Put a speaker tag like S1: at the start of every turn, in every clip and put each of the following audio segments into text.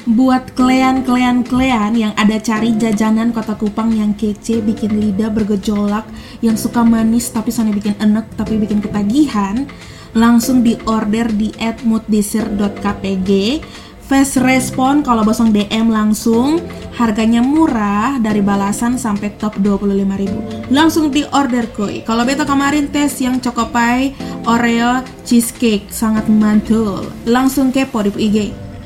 S1: Buat klean yang ada cari jajanan kota Kupang yang kece, bikin lidah bergejolak, yang suka manis tapi soalnya bikin enek tapi bikin ketagihan, langsung diorder di @mooddessert.kpg. Fast respon kalau bosong DM langsung. Harganya murah dari balasan sampai top 25.000. Langsung diorder kuy. Kalau beta kemarin tes yang Choco Pie Oreo cheesecake sangat mantul. Langsung kepo di IG.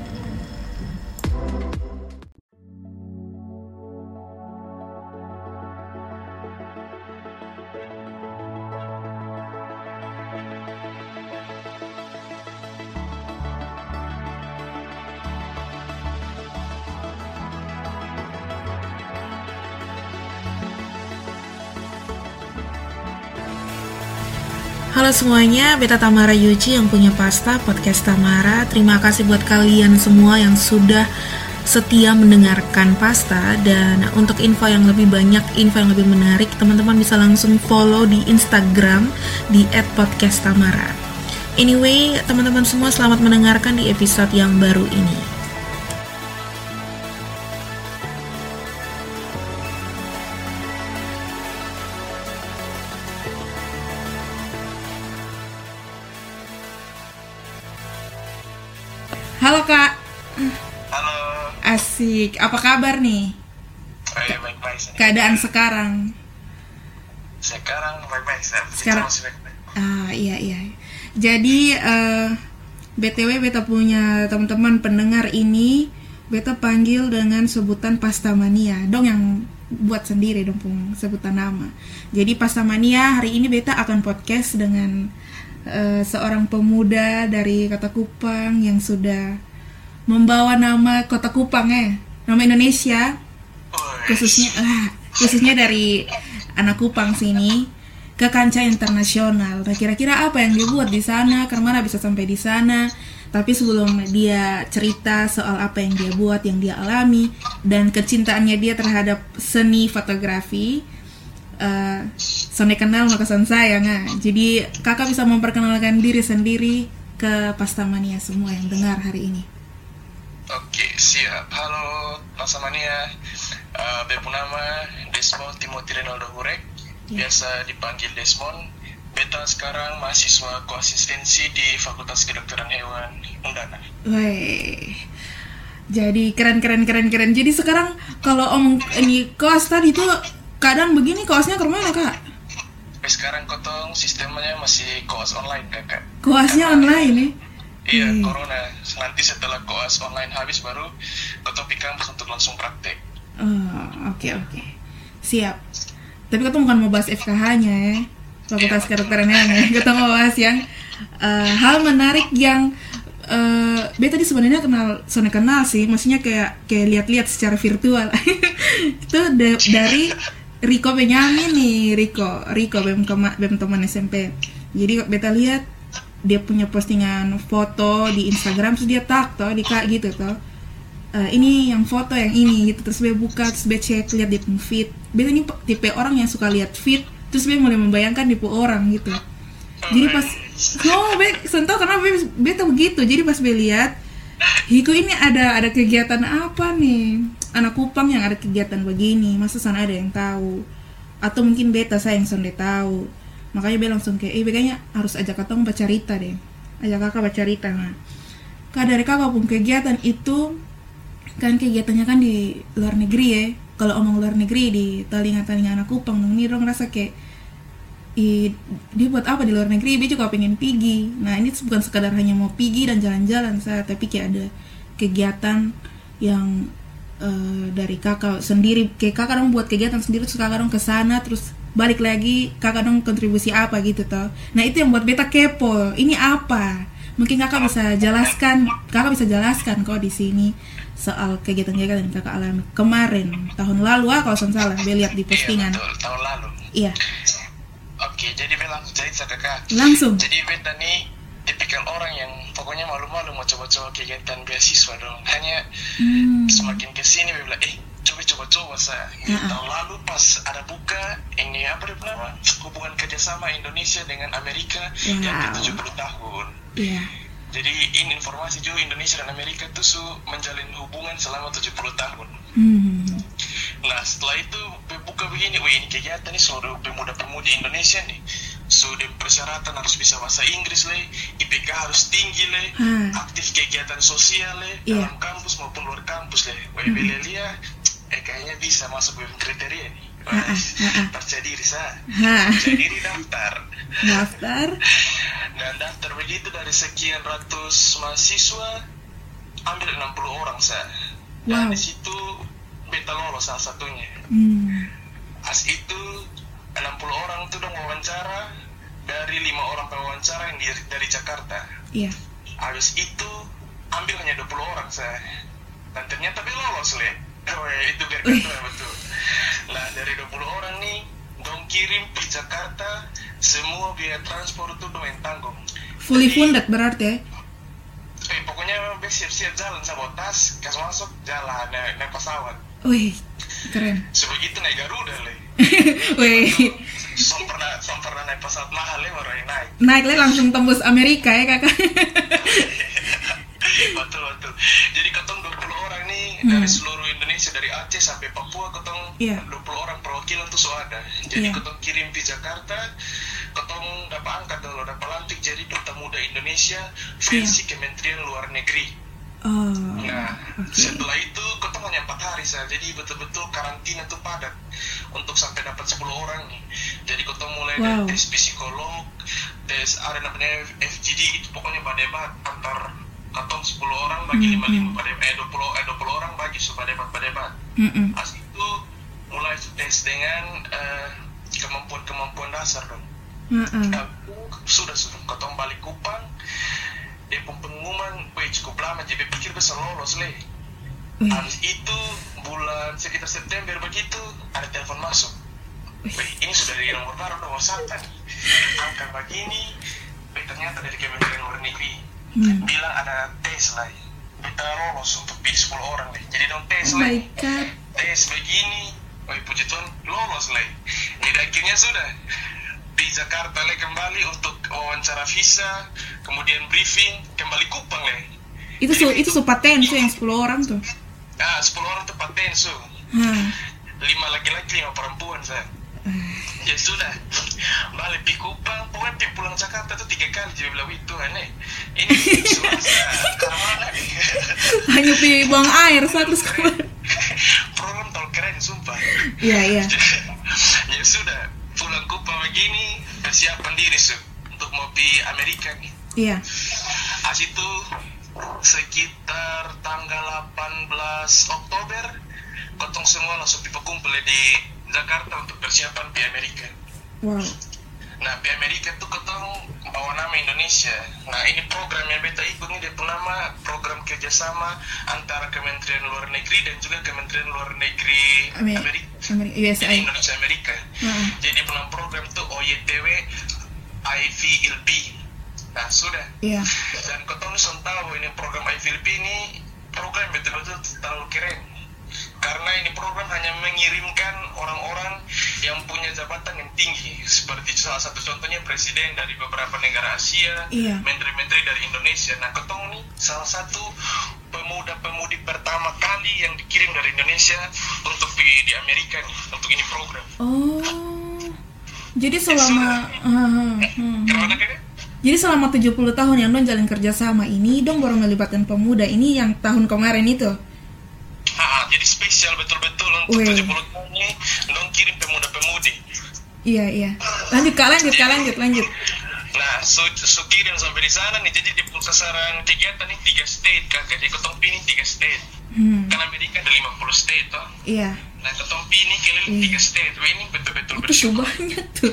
S1: Halo semuanya, beta Tamara Yuci yang punya pasta podcast Tamara. Terima kasih buat kalian semua yang sudah setia mendengarkan pasta. Dan untuk info yang lebih banyak, info yang lebih menarik, teman-teman bisa langsung follow di Instagram di @podcasttamara. Anyway, teman-teman semua selamat mendengarkan di episode yang baru ini. Halo Kak.
S2: Halo.
S1: Asik. Apa kabar nih?
S2: Baik-baik.
S1: Keadaan sekarang?
S2: Sekarang baik-baik.
S1: Sekarang. Iya. Jadi BTW beta punya teman-teman pendengar ini beta panggil dengan sebutan Pastamania. Dong yang buat sendiri dong pun sebutan nama. Jadi Pastamania hari ini beta akan podcast dengan seorang pemuda dari kota Kupang yang sudah membawa nama kota Kupang nama Indonesia khususnya dari anak Kupang sini ke kancah internasional. Nah, kira-kira apa yang dia buat di sana, karena bisa sampai di sana. Tapi sebelum dia cerita soal apa yang dia buat, yang dia alami, dan kecintaannya dia terhadap seni fotografi, Sonde kenal maka son sayang. Jadi kakak bisa memperkenalkan diri sendiri ke Pastamania semua yang dengar hari ini.
S2: Oke, siap. Halo Pastamania. Bepu nama Desmond Timothy Renaldo Hurek, biasa dipanggil Desmond. Beta sekarang mahasiswa koasistensi di Fakultas Kedokteran Hewan Undana.
S1: Wih, jadi keren. Jadi sekarang kalau ini koas tadi tuh kadang begini koasnya ke mana kak?
S2: Sekarang kotong sistemnya masih koas online kakak.
S1: Koasnya online nih?
S2: Iya, corona. Nanti setelah koas online habis baru kotong di kampus untuk langsung praktek.
S1: Oke. Siap. Tapi kotong bukan mau bahas FKH-nya ya, Fakultas Kedokteran Hewan ya. Kotong mau bahas yang hal menarik yang beta tadi sebenarnya kenal sih, maksudnya kayak lihat-lihat secara virtual. Itu dari Riko Benyamin nih, Riko BEM teman SMP. Jadi beta lihat dia punya postingan foto di Instagram, terus dia tag toh di kak gitu toh. Ini yang foto yang ini gitu, terus dia buka, terus dia cek lihat dia punya feed. Beta ini tipe orang yang suka lihat feed, terus dia mulai membayangkan tipe orang gitu. Jadi pas sentuh karena beta begitu. Jadi pas beta lihat, Hiku ini ada kegiatan apa nih? Anak Kupang yang ada kegiatan begini, masa sana ada yang tahu? Atau mungkin beta saya yang sonde tahu. Makanya beta langsung kayak, kayaknya harus ajak katong baca cerita deh. Ajak kakak baca cerita. Nah, dari kakak pun kegiatan itu kan kegiatannya kan di luar negeri ya. Kalau omong luar negeri di telinga-telinga anak Kupang, nih dong rasa kayak dia buat apa di luar negeri, dia juga pengen pergi. Nah ini bukan sekadar hanya mau pergi dan jalan-jalan tapi kayak ada kegiatan yang dari kakak sendiri, kayak kakak dong buat kegiatan sendiri, terus kakak dong kesana, terus balik lagi kakak dong kontribusi apa gitu toh. Nah itu yang buat beta kepo, ini apa? Mungkin kakak bisa jelaskan kok di sini soal kegiatan-kegiatan yang kakak alami kemarin tahun lalu kalau salah, beta lihat di postingan.
S2: Iya betul, tahun lalu.
S1: Iya.
S2: Oke, jadi beta langsung cerita kakak.
S1: Langsung.
S2: Jadi beta nih tipikal orang yang pokoknya malu-malu mau coba-coba kegiatan beasiswa dong. Hanya semakin kesini beta bilang, coba-coba saya. Tahun lalu pas ada buka ini apa nama hubungan kerjasama Indonesia dengan Amerika yang ke 70 tahun.
S1: Iya.
S2: Jadi ini informasi juga Indonesia dan Amerika tuh menjalin hubungan selama 70 tahun. Nah setelah itu buka begini, ini kegiatan nih seluruh pemuda-pemudi Indonesia nih. Sudah persyaratan harus bisa bahasa Inggris IPK harus tinggi aktif kegiatan sosial dalam kampus maupun luar kampus Belelia kayaknya bisa masuk kriteria nih. Percaya diri percaya diri daftar. Dan daftar begitu dari sekian ratus mahasiswa ambil 60 orang dan di situ beta lolos salah satunya. As itu 60 orang tuh dong wawancara, dari 5 orang pewawancara yang dari Jakarta. Habis itu ambil hanya 20 orang dan ternyata lolos itu biar betul. Nah dari 20 orang nih dong kirim ke Jakarta, semua biaya transport tuh dong yang tanggung.
S1: Fully funded berarti
S2: pokoknya siap-siap jalan sabotas, kas masuk jalan naik pesawat.
S1: Wih, keren.
S2: Sebegitu naik Garuda
S1: Wih.
S2: Pernah naik pesawat mahal baru naik.
S1: Naik langsung tembus Amerika ya kakak.
S2: Betul. Jadi ketong 20 orang nih dari seluruh Indonesia, dari Aceh sampai Papua, ketong 20 orang perwakilan tuh ada. Jadi ketong kirim di Jakarta, ketong dapat angkat dulu, dapat lantik jadi Duta Muda Indonesia versi Kementerian Luar Negeri. Setelah itu ketong hanya 4 hari jadi betul-betul karantina tuh padat untuk sampai dapat 10 orang nih. Jadi ketong mulai dari tes psikolog, tes ada namanya FGD, itu pokoknya berdebat antar ketong 10 orang bagi 5 berdebat, 20 orang bagi berdebat. As itu mulai tes dengan kemampuan dasar dong. Sudah ketong balik Kupang, dia pengumuman cukup lama, jadi pikir bisa lolos Habis itu bulan sekitar September begitu ada telepon masuk. Ini sudah dari nomor baru, nomor 1 angka begini, ternyata dari Kementerian Luar Negeri bilang ada tes kita lolos untuk pilih 10 orang jadi dong tes tes begini, puji Tuhan lolos jadi akhirnya sudah di Jakarta kembali untuk wawancara visa, kemudian briefing, kembali Kupang
S1: Itu paten yang 10 orang tuh.
S2: 10 orang tuh paten 5 laki-laki 5 perempuan ya sudah balik di Kupang, pokoknya pulang Jakarta tuh 3 kali jadi bilang itu ini Sulawesi kemana
S1: hanya buang air terus kemana
S2: program tol keren sumpah.
S1: Iya
S2: Ya sudah pulang Kupang begini, persiapan diri untuk mau di Amerika nih. As itu sekitar tanggal 18 Oktober ketong semua langsung dikumpul di Jakarta untuk persiapan di Amerika. Nah di Amerika tuh ketong bawa nama Indonesia. Nah ini program yang beta ikut ini dia nama program kerjasama antara Kementerian Luar Negeri dan juga Kementerian Luar Negeri Amerika. Jadi Indonesia Amerika. Jadi dalam program tuh OYTW IVLP. Nah sudah. Dan ketong tahu ini program IVLP ini program betul-betul terlalu keren. Karena ini program hanya mengirimkan orang-orang yang punya jabatan yang tinggi, seperti salah satu contohnya presiden dari beberapa negara Asia, menteri-menteri dari Indonesia. Nah, ketong nih salah satu pemuda-pemudi pertama kali yang dikirim dari Indonesia untuk di Amerika nih, untuk ini program.
S1: Jadi selama 70 tahun yang dong jalin kerjasama ini, dong baru melibatkan pemuda ini yang tahun kemarin itu.
S2: Jadi spesial betul-betul untuk 70 tahun ini dong kirim pemuda-pemudi.
S1: Iya. Lanjut. Nah,
S2: kirim sampai di sana nih. Jadi di sasaran kegiatan nih 3 state kakak. Jadi ketong pilih 3 state. Kan Amerika ada 50 state toh. Nah, ketong pilih keliling 3 state. Ini betul-betul bersyukur.
S1: Banyak tuh.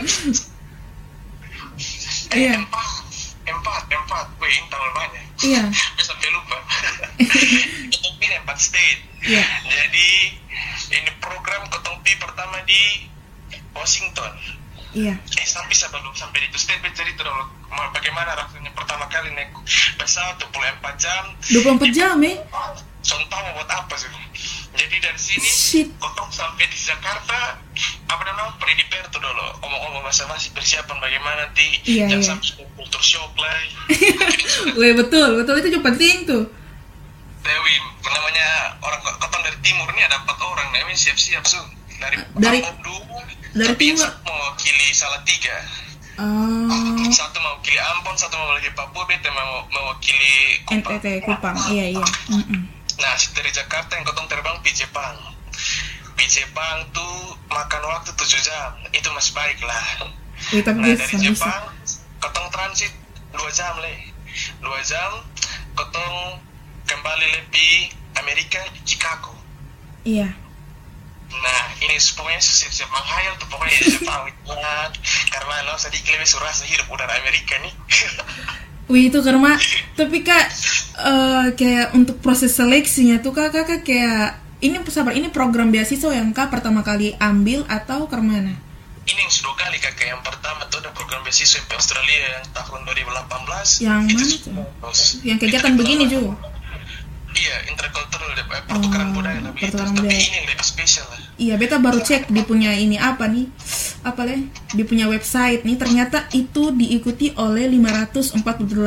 S2: Empat. Ini terlalu banyak. Sampai lupa. Ketong pilih 4 state. Jadi ini program ketong pilih pertama di Washington. Sebelum sampai di itu state jadi terlalu bagaimana rasanya pertama kali naik pesawat 24 jam.
S1: 24 jam
S2: Contoh mau buat apa sih? Jadi dari sini
S1: Shit.
S2: Kotong sampai di Jakarta apa namanya prepare tuh dulu omong-omong masing-masing persiapan bagaimana nanti
S1: Iya,
S2: jangan
S1: iya.
S2: sampai kultur shock lah.
S1: Weh, betul itu juga penting tuh.
S2: Dewi namanya orang Kotong dari timur nih ada 4 orang Dewi siap-siap su
S1: Dari
S2: Ambon dulu
S1: dari
S2: tapi yang
S1: timur.
S2: satu mau wakili Salatiga,
S1: Oh,
S2: satu mau wakili Ambon, satu mau wakili Papua, beta mau mewakili Kupang.
S1: NTT Kupang. Iya.
S2: Nah dari Jakarta yang Kotong terbang di Jepang. Di Jepang tuh makan waktu 7 jam, itu masih baik lah.
S1: Wih, tapi
S2: Nah
S1: bisa,
S2: dari
S1: bisa.
S2: Jepang Kotong transit 2 jam 2 jam Kotong kembali lebih Amerika di Chicago.
S1: Iya.
S2: Nah ini pokoknya siap-siap menghayal tuh pokoknya di Jepang karena no sedikit lebih surasa hidup udara Amerika nih.
S1: Wih, itu karena tapi Kak kayak untuk proses seleksinya tuh kakak kayak ini program beasiswa yang Kak pertama kali ambil atau ke mana?
S2: Ini yang sudah kali kakak. Yang pertama tuh ada program beasiswa di Australia yang tahun 2018.
S1: Yang
S2: itu
S1: mana tuh? Yang kegiatan begini juga.
S2: Iya, interkultural pertukaran budaya lebih itu.
S1: pertukaran
S2: Tapi
S1: budaya.
S2: ini yang lebih spesial lah.
S1: Iya, beta baru cek di punya ini apa nih? Apa leh? Di punya website nih ternyata itu diikuti oleh 548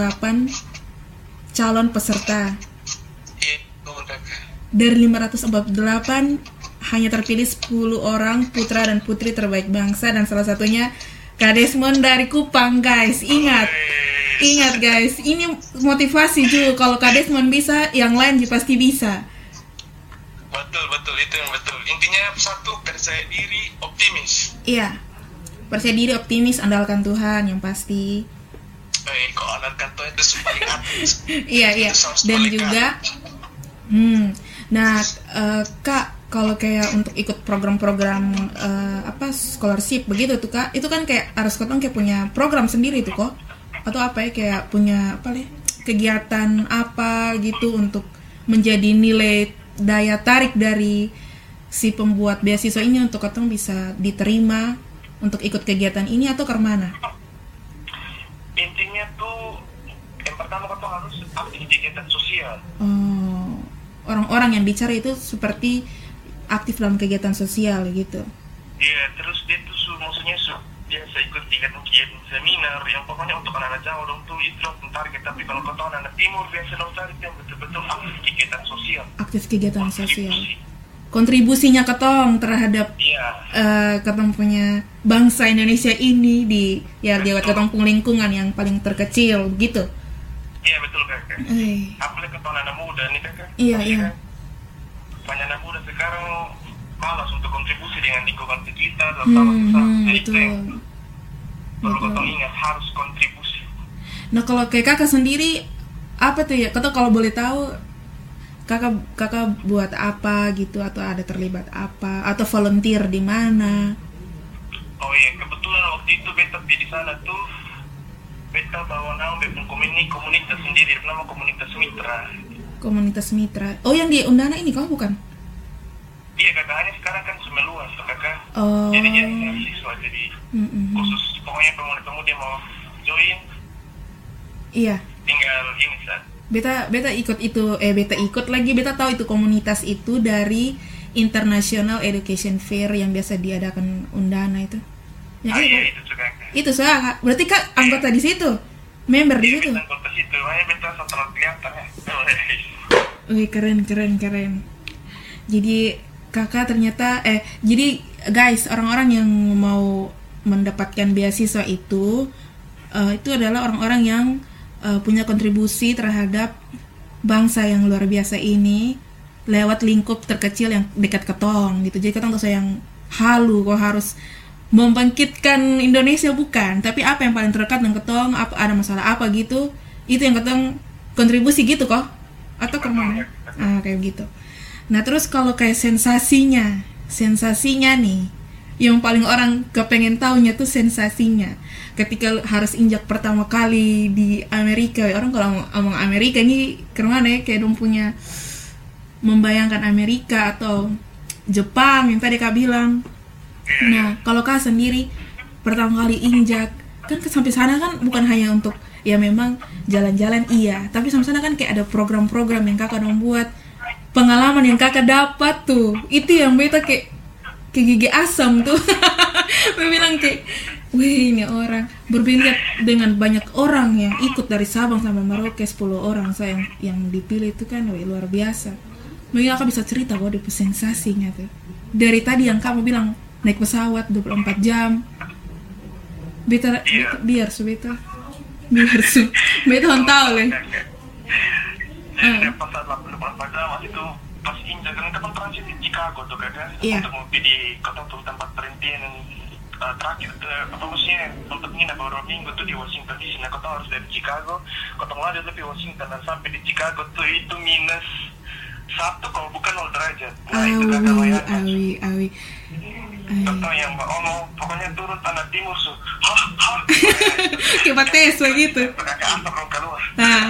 S1: calon peserta.
S2: Iya, betul kakak.
S1: Dari 548 hanya terpilih 10 orang putra dan putri terbaik bangsa dan salah satunya Kak Desmond dari Kupang, guys. Ingat guys, ini motivasi juga kalau Kak Desmond bisa, yang lain juga pasti bisa.
S2: Betul itu yang betul. Intinya satu, percaya diri, optimis.
S1: Iya. Percaya diri, optimis, andalkan Tuhan yang pasti.
S2: Kalau anak kantor itu paling atas.
S1: Iya. Dan juga nah, Kak, kalau kayak untuk ikut program-program scholarship begitu tuh Kak, itu kan kayak harus Kotong kayak punya program sendiri tuh kok. Atau apa ya, kayak punya kegiatan apa gitu untuk menjadi nilai daya tarik dari si pembuat beasiswa ini untuk Kotong bisa diterima untuk ikut kegiatan ini atau ke mana?
S2: Intinya tuh yang pertama Kotong harus aktif kegiatan sosial.
S1: Oh, orang-orang yang dicari itu seperti aktif dalam kegiatan sosial gitu.
S2: Iya, terus dia tuh maksudnya biasa ikut kegiatan seminar yang pokoknya untuk anak-anak Jawa dong tuh itu dong target. Tapi kalau kau tahu anak timur biasa dong target yang betul-betul aktif kegiatan sosial.
S1: Aktif kegiatan sosial. Kontribusinya Ketong terhadap Ketong punya bangsa Indonesia ini di lewat Ketong pun lingkungan yang paling terkecil gitu.
S2: Iya betul kakak. Apalagi Ketong anak muda nih kakak.
S1: Iya.
S2: Banyak anak muda sekarang malas untuk kontribusi dengan lingkungan sekitar dalam
S1: betul.
S2: Perlu Ketong ingat harus kontribusi.
S1: Nah kalau kayak kakak sendiri apa tuh ya? Ketong kalau boleh tahu kakak buat apa gitu, atau ada terlibat apa, atau volunteer di mana?
S2: Oh iya, kebetulan waktu itu beta di sana tuh beta bawa nama komunitas sendiri, nama komunitas mitra.
S1: Komunitas mitra. Oh yang di Undana ini kau bukan?
S2: Iya kakak, hanya sekarang kan semeluas kakak.
S1: Oh.
S2: Jadi siswa jadi khusus pokoknya pemuda-pemuda mau join.
S1: Iya.
S2: Tinggal ini saat.
S1: Beta ikut itu, beta tahu itu komunitas itu dari International Education Fair yang biasa diadakan Undana itu.
S2: Ya, iya itu juga.
S1: Itu Kak. Berarti Kak anggota di situ, member di situ.
S2: Iya, anggota situ. Makanya beta setelah kelihatan ya.
S1: Wih keren. Jadi kakak ternyata jadi guys, orang-orang yang mau mendapatkan beasiswa itu adalah orang-orang yang punya kontribusi terhadap bangsa yang luar biasa ini lewat lingkup terkecil yang dekat Ketong gitu. Jadi Ketong tuh yang halu kok harus membangkitkan Indonesia bukan, tapi apa yang paling terdekat dengan Ketong, apa ada masalah apa gitu, itu yang Ketong kontribusi gitu kok, atau kemana? Kayak gitu. Nah terus kalau kayak sensasinya nih, yang paling orang kepengen taunya tuh sensasinya ketika harus injak pertama kali di Amerika. Orang kalau ngomong Amerika ini kemana ya, kayak dong punya membayangkan Amerika atau Jepang yang tadi Kak bilang. Nah kalau Kak sendiri pertama kali injak kan sampai sana kan bukan hanya untuk ya memang jalan-jalan iya, tapi sampai sana kan kayak ada program-program yang Kakak dong buat pengalaman yang kakak dapat tuh, itu yang beta kayak gigi asam tuh. Beta bilang kayak, wih ini orang berbeda dengan banyak orang yang ikut dari Sabang sampai Merauke, 10 orang saya yang dipilih itu kan, wih, luar biasa. Mungkin kakak bisa cerita bahwa itu sensasinya tuh. Dari tadi yang kamu bilang naik pesawat 24 jam. Beta biar beta tahu leh.
S2: Jadi pas saat 84 jam itu pas injak kan kita transit di Chicago tuh kan, untuk mau di kota tuh tempat perhentian terakhir apa maksudnya tempat nginap beberapa minggu tuh di Washington DC. Nah kota harus dari Chicago, kota lanjut lebih Washington, dan sampai di Chicago tuh itu -1 kalau bukan 0 derajat. Nah itu kakak bayangkan.
S1: Awi.
S2: Contoh yang pokoknya turun tanah timur so,
S1: kayak tes begitu.
S2: Kakak asap dong keluar.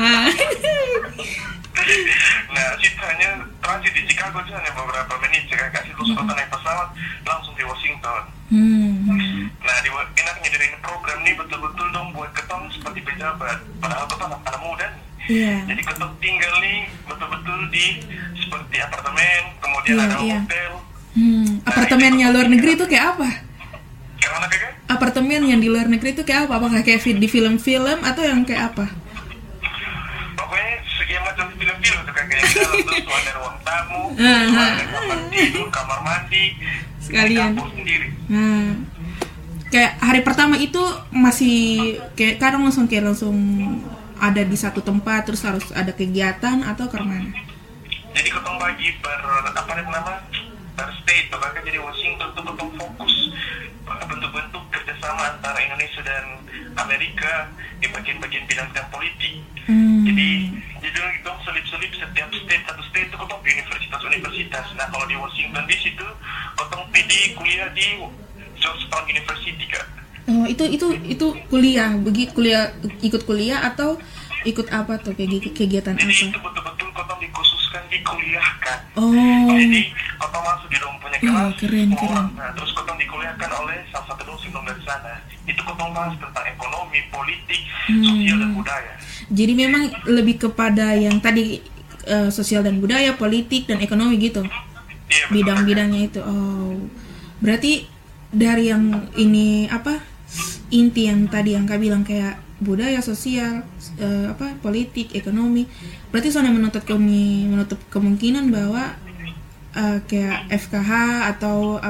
S2: Nah, situ hanya transit di Chicago itu hanya beberapa menit. Kakak situ kota naik pesawat langsung di Washington. Nah, enaknya dari program ini betul-betul dong buat ketong seperti pejabat. Padahal ketong anak muda nih. Jadi ketong tinggal nih betul-betul di seperti apartemen, kemudian ada hotel.
S1: Apartemennya luar negeri itu kayak apa?
S2: Gimana kakak?
S1: Apartemen yang di luar negeri itu kayak apa? Apakah kayak di film-film atau yang kayak apa?
S2: Pokoknya ya macam film-film tuh kakak, yang di dalam tuh ada ruang tamu, ada kamar tidur, kamar mandi,
S1: sekalian.
S2: dapur sendiri.
S1: Kayak hari pertama itu masih kayak kadang langsung ada di satu tempat terus harus ada kegiatan atau ke mana?
S2: Jadi ketong bagi per state tuh kakak. Jadi Washington tuh ketong fokus bentuk-bentuk kerjasama antara Indonesia dan Amerika di bagian-bagian bidang politik. Jadi dong selip-selip setiap satu state itu ketong di universitas. Nah kalau di Washington di situ ketong pilih kuliah di Georgetown University kak.
S1: Oh itu kuliah ikut kuliah atau ikut apa tuh kegiatan
S2: jadi
S1: apa?
S2: Jadi itu betul-betul ketong dikhususkan dikuliahkan.
S1: Oh.
S2: Jadi ketong masuk di dong punya kelas.
S1: Keren.
S2: Nah terus ketong dikuliahkan oleh salah satu dosen dari sana. Itu ketong bahas tentang ekonomi, politik, sosial dan budaya.
S1: Jadi memang lebih kepada yang tadi sosial dan budaya, politik dan ekonomi gitu.
S2: Iya,
S1: bidang-bidangnya itu. Oh. Berarti dari yang ini inti yang tadi yang Kak bilang kayak budaya, sosial, politik, ekonomi. Berarti soalnya menutup kemungkinan bahwa kayak FKH atau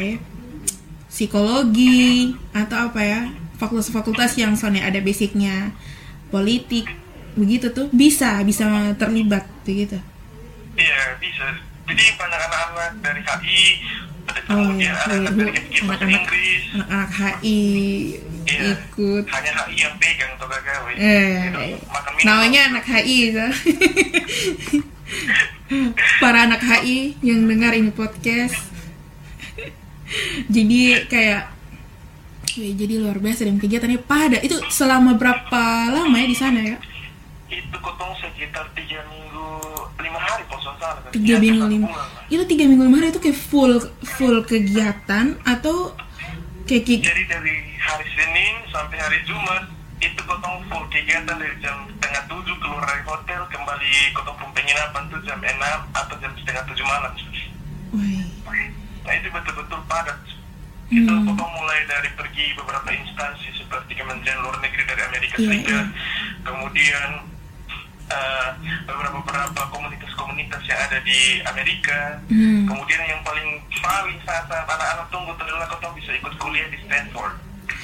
S1: psikologi atau fakultas-fakultas yang soalnya ada basicnya politik begitu tuh bisa terlibat begitu.
S2: Iya bisa. Jadi banyak anak-anak dari HI, kemudian anak-anak dari bahasa Inggris,
S1: anak-anak HI ikut.
S2: Hanya HI yang pegang tuh kakak.
S1: Namanya anak HI so. Para anak HI yang dengar ini podcast. Jadi kayak jadi luar biasa dan kegiatannya pada itu selama berapa lama ya di sana ya?
S2: Itu ketong sekitar 3 minggu 5 hari kalau salah.
S1: 3 minggu 5. Itu 3 minggu 5 hari itu kayak full kegiatan atau kayak
S2: jadi dari hari Senin sampai hari Jumat itu ketong full kegiatan dari jam 6:30 keluar dari hotel, kembali ketong penginapan tuh jam 6 atau jam 6:30 malam. Nah itu betul-betul padat. Itu ketong mulai dari pergi beberapa instansi seperti Kementerian Luar Negeri dari Amerika Serikat, kemudian beberapa komunitas-komunitas yang ada di Amerika, kemudian yang paling saat anak-anak tunggu adalah ketong bisa ikut kuliah di Stanford.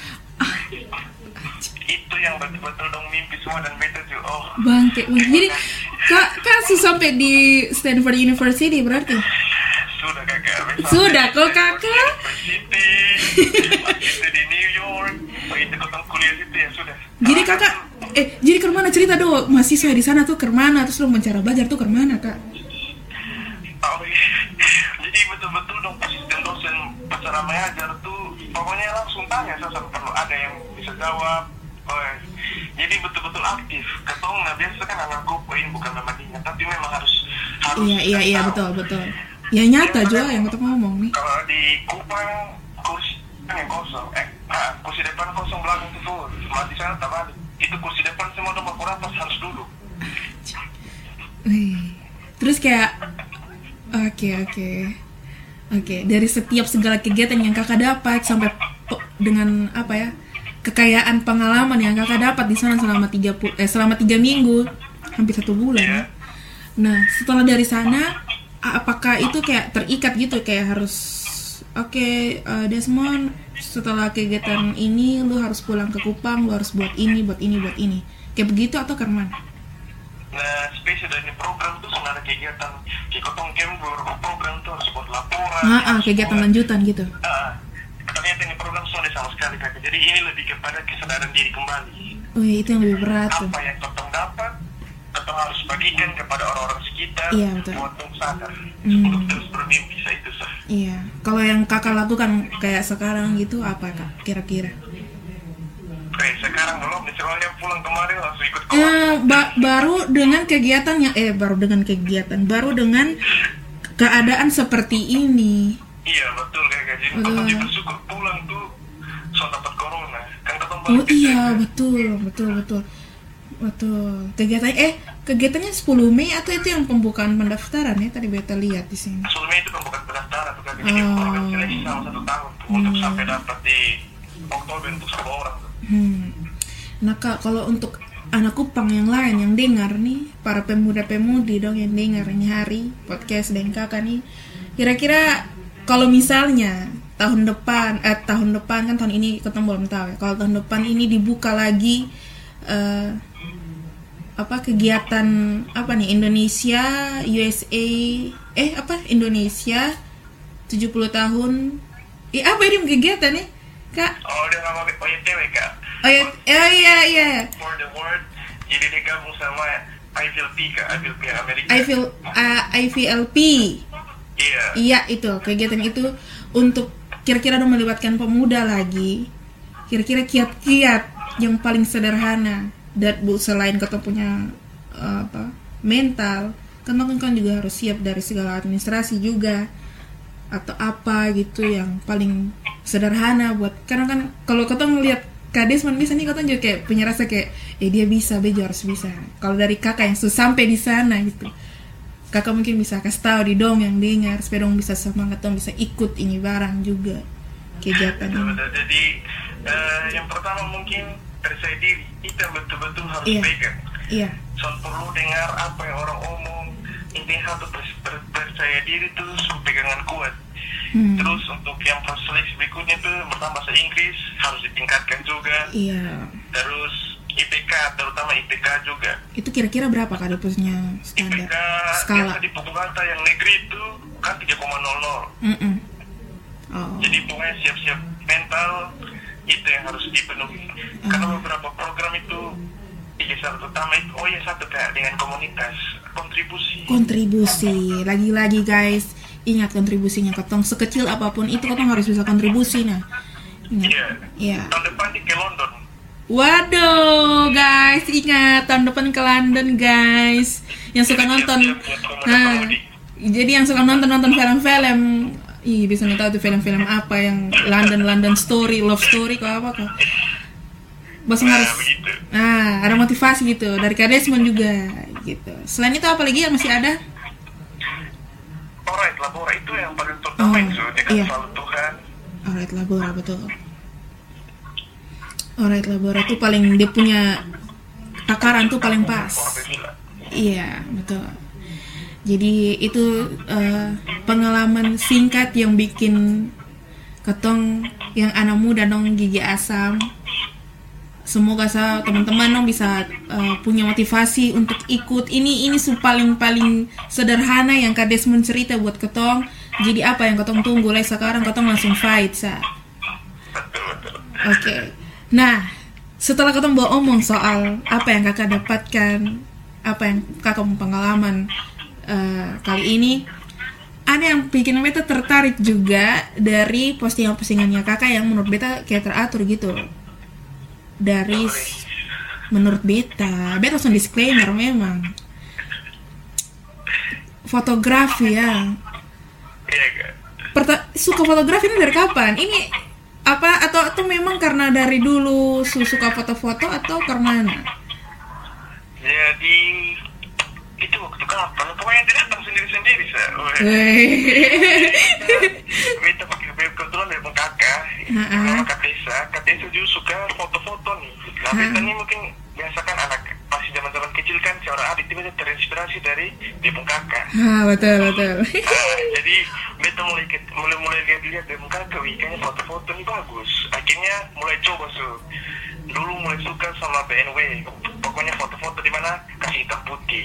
S2: Itu yang betul-betul dong mimpi semua dan beta juga
S1: bangke. Jadi kak sampai di Stanford University berarti?
S2: Sudah kakak.
S1: Sudah kok kakak?
S2: Itu di New York. Itu ketong kuliah itu ya sudah.
S1: Jadi kakak jadi kemana cerita dong mahasiswa di sana tuh kemana terus lo mencara belajar tuh kemana kak?
S2: Jadi betul-betul dong asisten dosen cara mengajar tuh pokoknya langsung tanya saya perlu ada yang bisa jawab. Jadi betul-betul aktif. Ketong biasa kan anakku bukan namanya tapi memang harus
S1: iya betul. Ya nyata juga yang kita ngomong nih.
S2: Kalau di Kupang kursi yang kosong, kursi depan kosong belakang itu full. Di sana tak ada. Itu kursi depan semua nomor kurang pas harus duduk.
S1: Terus kayak Oke, dari setiap segala kegiatan yang kakak dapat sampai dengan apa ya, kekayaan pengalaman yang kakak dapat di sana selama 3 minggu, hampir 1 bulan.
S2: Iya.
S1: Nah, setelah dari sana, apakah itu kayak terikat gitu, kayak harus Desmond, setelah kegiatan ini lu harus pulang ke Kupang, lu harus buat ini, kayak begitu atau karena?
S2: Nah, spesial dari program tuh sebenarnya kegiatan kotong kembur program tuh harus buat laporan.
S1: Kegiatan lanjutan gitu.
S2: Ternyata ini program sudah sama sekali kakak. Jadi ini lebih kepada kesadaran diri kembali.
S1: Oh iya, itu yang lebih berat tuh.
S2: Apa yang kotong dapat, kotong harus bagikan kepada orang-orang sekitar.
S1: Iya, betul.
S2: Buat kotong sadar untuk terus bermimpi, itu sah.
S1: Iya, kalau yang kakak lakukan kayak sekarang gitu apa kak kira-kira?
S2: Sekarang belum, soalnya pulang kemarin langsung ikut kelas.
S1: Baru dengan keadaan seperti ini.
S2: Iya betul kakak, jadi kotong juga bersyukur pulang tuh so dapat corona. Kan kotong
S1: Oh iya, betul. Kegiatannya 10 Mei atau itu yang pembukaan pendaftaran ya? Tadi beta lihat di sini.
S2: 10 Mei itu pembukaan pendaftaran tuh kakak. Jadi program seleksi selama 1 tahun tuh, untuk sampai dapat di Oktober untuk 1 orang tuh.
S1: Nah kak, kalau untuk anak Kupang yang lain yang dengar nih, para pemuda-pemudi dong yang dengar ini hari podcast dan kakak nih, kira-kira kalau misalnya tahun depan kan, tahun ini kita belum tahu ya, kalau tahun depan ini dibuka lagi kegiatan apa nih, Indonesia USA Indonesia 70 tahun apa ini kegiatan nih kak?
S2: Oh, dia nama OYTW kak.
S1: Iya.
S2: For the World, jadi dia gabung sama IVLP kak, IVLP Amerika.
S1: IVLP.
S2: Iya,
S1: itu kegiatan itu untuk kira-kira dong melibatkan pemuda lagi. Kira-kira kiat-kiat yang paling sederhana dan selain kita punya mental, kan juga harus siap dari segala administrasi juga atau apa gitu yang paling sederhana buat, karena kan kalau kita ngelihat Kak Desmond bisa nih, kita juga kayak punya rasa kayak dia bisa, bejo harus bisa. Kalau dari kakak yang sudah sampai di sana gitu, kakak mungkin bisa kasih tahu di dong yang dengar supaya dong bisa semangat, dong bisa ikut ini barang juga kegiatan ini.
S2: Jadi yang pertama mungkin percaya diri, itu yang betul-betul harus pegang.
S1: Iya.
S2: Soal perlu dengar apa yang orang omong, intinya satu percaya diri tuh pegangan kuat. Terus untuk yang seleksi berikutnya tuh pertama bahasa Inggris harus ditingkatkan juga.
S1: Iya.
S2: Terus IPK, terutama IPK juga.
S1: Itu kira-kira berapa kak dapetnya standar?
S2: IPK
S1: skala
S2: di Pukul-Rata yang negeri itu kan 3,00. Jadi pokoknya siap-siap mental itu yang harus dipenuhi. Karena beberapa program itu syarat utama itu satu kayak dengan komunitas, kontribusi. Lagi-lagi guys, ingat kontribusinya ketong sekecil apapun itu ketong harus bisa kontribusi. Nah, iya. Tahun depan ke London. Waduh guys, ingat tahun depan ke London guys. Yang suka nonton, jadi yang suka nonton film-film, bisa nggak tahu tuh film-film apa yang London story, love story kok apa kok. Bos harus, ada motivasi gitu dari Kak Desmond juga gitu. Selain itu apa lagi yang masih ada? Alright, labora itu yang paling terutama itu dengan selalu Tuhan.
S1: Alright, labora betul. Alright, labora itu paling dia punya takaran tuh paling pas. Iya, betul. Jadi itu pengalaman singkat yang bikin ketong yang anak muda dong gigi asam. Semoga teman-teman dong bisa punya motivasi untuk ikut ini paling sederhana yang Kak Desmond cerita buat ketong. Jadi apa yang ketong tunggu lah sekarang, ketong langsung fight Oke. Nah, setelah ketong bawa omong soal apa yang kakak dapatkan, apa yang kakak pengalaman kali ini, ada yang bikin beta tertarik juga dari postingannya kakak yang menurut beta kayak teratur gitu. Dari menurut beta langsung disclaimer memang fotografi ya. Suka fotografi ini dari kapan? Ini apa atau memang karena dari dulu suka foto-foto atau karena?
S2: Jadi itu waktu kapan? Pokoknya dia datang sendiri Beta pakai kebetulan dari kakak. Nama Kak Tessa juga suka foto-foto nih. Nah, beta nih mungkin biasa kan anak masih zaman-zaman kecil kan seorang adik tiba-tiba terinspirasi dari dia kakak.
S1: Betul.
S2: Jadi beta mulai lihat dia kakak, kayaknya foto-foto nih bagus. Akhirnya mulai coba dulu mulai suka sama BNW. Pokoknya foto-foto di mana kasih hitam putih.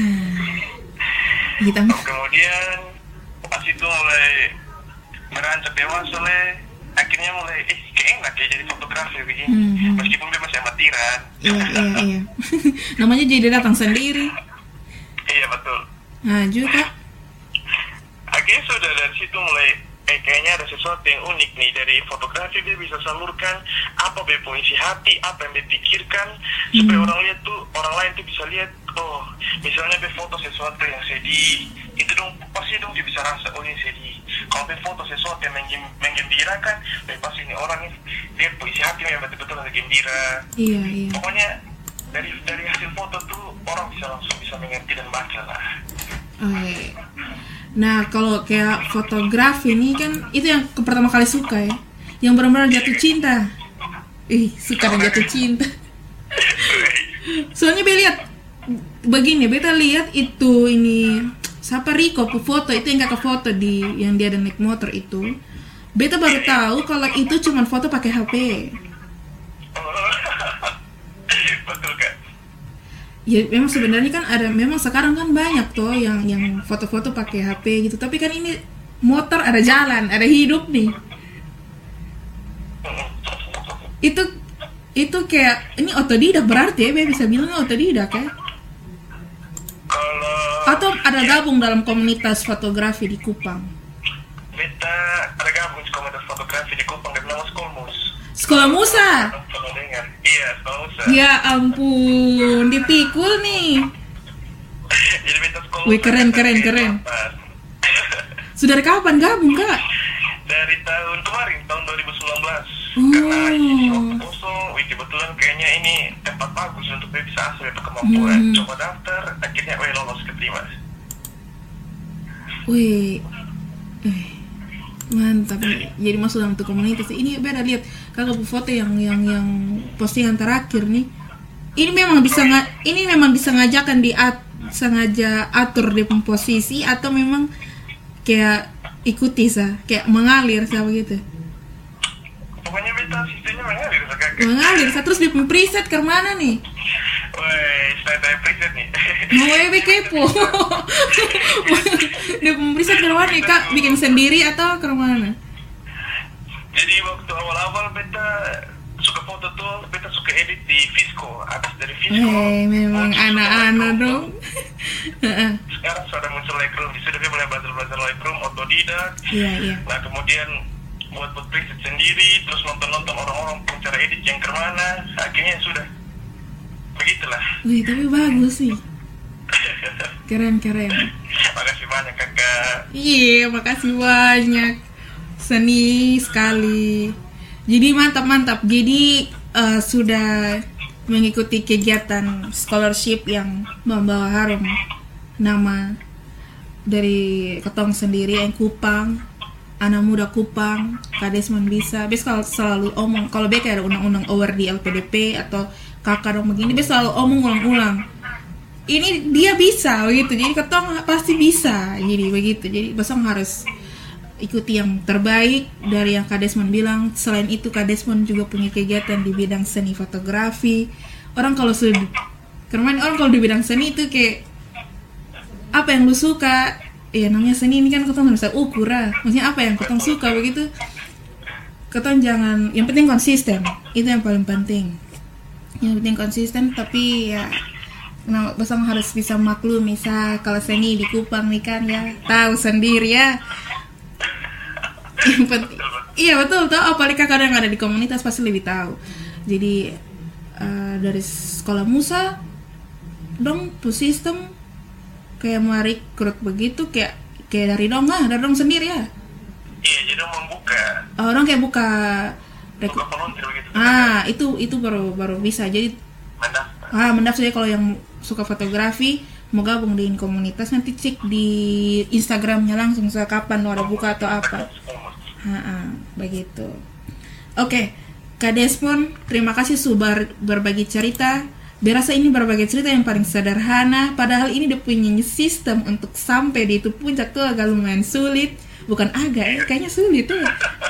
S1: Hitam.
S2: Kemudian pas itu mulai beranjak dewasa akhirnya mulai kayak enak ya jadi fotografer begini. Meskipun dia masih amatiran.
S1: Iya. Namanya jadi datang sendiri.
S2: Iya betul.
S1: Nah juga.
S2: Akhirnya sudah dari situ mulai kayaknya ada sesuatu yang unik nih dari fotografi. Dia bisa salurkan apa dia punya isi hati, apa yang dia pikirkan, supaya orang lain tuh bisa lihat, oh misalnya dia foto sesuatu yang sedih, itu dong pasti dong dia bisa rasa oh ini sedih. Kalau dia foto sesuatu yang menggembirakan, pasti ini orang ini lihat isi hati yang betul-betul ada gembira.
S1: Iya.
S2: Pokoknya dari hasil foto tuh orang langsung bisa mengerti dan baca lah.
S1: Nah kalau kayak fotografi ini kan itu yang pertama kali suka ya, yang benar-benar jatuh cinta. Suka dan jatuh cinta. Soalnya beta lihat itu ini siapa Rico foto itu yang kakak foto yang dia ada naik motor itu. Beta baru tahu kalau itu cuma foto pakai HP.
S2: Betul kan?
S1: Ya memang sebenarnya kan memang sekarang kan banyak tuh yang foto-foto pakai HP gitu. Tapi kan ini motor ada jalan, ada hidup nih. Itu kayak ini otodidak berarti ya, bisa bilang otodidak ya. Atau ada gabung dalam komunitas fotografi di Kupang?
S2: Beta ada gabung di komunitas fotografi di Kupang dan nama Skolmus.
S1: Sekolah Musa.
S2: Iya, Sekolah Musa.
S1: Ya ampun, dipikul nih.
S2: Jadi beta Sekolah
S1: Wih, keren. Sudah dari kapan gabung, Kak?
S2: Dari tahun kemarin, tahun 2019. Karena isi waktu kosong, kebetulan kayaknya ini tempat bagus untuk dia bisa asal berkemampuan. Coba daftar, akhirnya lolos keterima.
S1: Wih, mantap. Jadi masuk dalam komunitas. Ini beda lihat kakak foto yang postingan terakhir nih. Ini memang bisa ngajakan sengaja atur di posisi atau memang kayak ikuti kayak mengalir begitu.
S2: Pokoknya beta sistemnya
S1: mengalir terus di preset ke mana nih?
S2: Saya preset nih.
S1: Mau kepo. Di preset ke mana nih, Kak? Bikin sendiri atau ke mana?
S2: Jadi waktu awal-awal beta suka foto tuh, beta suka edit di Visco, atas dari Visco.
S1: Memang anak-anak dong.
S2: Sekarang sudah muncul Lightroom, sudah mulai belajar Lightroom otodidak.
S1: Iya.
S2: Nah kemudian buat preset sendiri, terus nonton orang-orang pun cara edit yang kemana, akhirnya sudah begitulah.
S1: Wih, tapi bagus sih. Keren.
S2: Makasih banyak kakak.
S1: Iya, makasih banyak. Seni sekali. Jadi mantap. Jadi sudah mengikuti kegiatan scholarship yang membawa harum nama dari ketong sendiri yang Kupang, anak muda Kupang, Kak Desmond bisa. Bes kalau selalu omong, kalau beka ada undang-undang over di LPDP atau kakak dong begini, bes selalu omong ulang-ulang. Ini dia bisa begitu, jadi ketong pasti bisa, jadi begitu. Jadi besok harus ikuti yang terbaik dari yang Kak Desmond bilang. Selain itu Kak Desmond juga punya kegiatan di bidang seni fotografi. Orang kalau di bidang seni itu kayak apa yang lu suka, ya namanya seni ini kan ketong bisa ukur maksudnya apa yang ketong suka begitu. Ketong jangan, yang penting konsisten, itu yang paling penting. Yang penting konsisten, tapi ya besok harus bisa maklum. Misal kalau seni di Kupang nih kan ya tahu sendiri ya. Yang penting, iya betul, apalagi kakak yang ada di komunitas pasti lebih tahu. Jadi dari Sekolah Musa dong tuh sistem kayak mau rekrut begitu kayak dari dong sendiri ya.
S2: Iya, jadi membuka.
S1: Orang kayak buka
S2: volunteer begitu.
S1: Itu baru bisa. Jadi mendaftar saja kalau yang suka fotografi mau gabung di komunitas, nanti cek di Instagramnya langsung kapan lo ada buka atau apa. Begitu. Oke, Kak Desmond, terima kasih sudah berbagi cerita. Berasa ini berbagi cerita yang paling sederhana, padahal ini dia punya sistem untuk sampai di itu puncak tuh agak lumayan sulit. Bukan agak, kayaknya sulit tuh.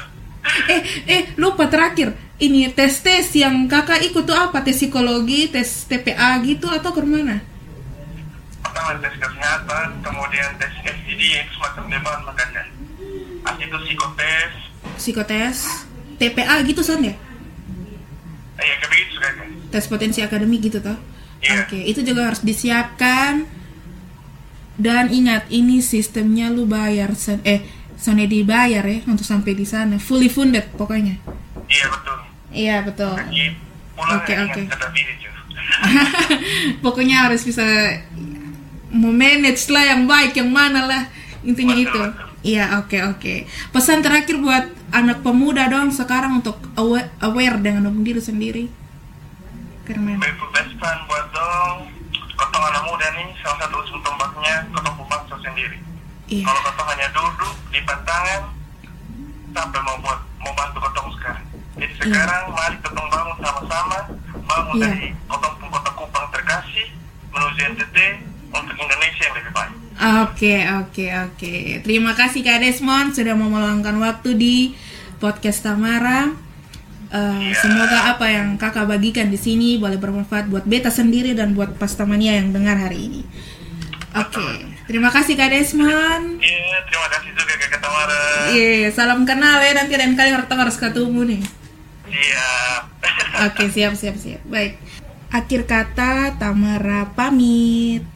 S1: Lupa terakhir. Ini tes yang kakak ikut tuh apa? Tes psikologi, tes TPA gitu atau ke mana?
S2: Pertama tes kesehatan, kemudian tes STD yang semacam debat makanya. Habis itu psikotes, TPA gitu Son ya? Iya, kayak begitu kayaknya. Tes
S1: potensi akademik gitu toh?
S2: Iya.
S1: Oke, itu juga harus disiapkan. Dan ingat, ini sistemnya lu bayar Sone dibayar ya untuk sampai di sana, fully funded pokoknya.
S2: Iya betul.
S1: Iya betul. Oke. Pokoknya harus bisa memanage lah yang baik, yang mana lah intinya betul, itu. Betul. Iya oke. Pesan terakhir buat anak pemuda dong sekarang untuk aware dengan diri sendiri. Karena
S2: pesan buat dong, kotong anak muda nih salah satu ujung tombaknya kotong bangsa sendiri. Iya. Kalau kotong hanya duduk di tangan, sampai mau bantu kotong sekarang. Jadi sekarang mari kotong bangun sama-sama, dari kota Kupang terkasih menuju NTT untuk Indonesia yang lebih baik.
S1: Oke. Terima kasih Kak Desmond sudah mau meluangkan waktu di podcast Tamara. Semoga apa yang kakak bagikan di sini boleh bermanfaat buat beta sendiri dan buat Pastamania yang dengar hari ini. Oke. Terima kasih Kak Desmond.
S2: Iya, terima kasih juga Kak Tamara.
S1: Iya, salam kenal ya, nanti lain kali harus ketemu nih.
S2: Siap.
S1: Oke, siap. Baik. Akhir kata Tamara pamit.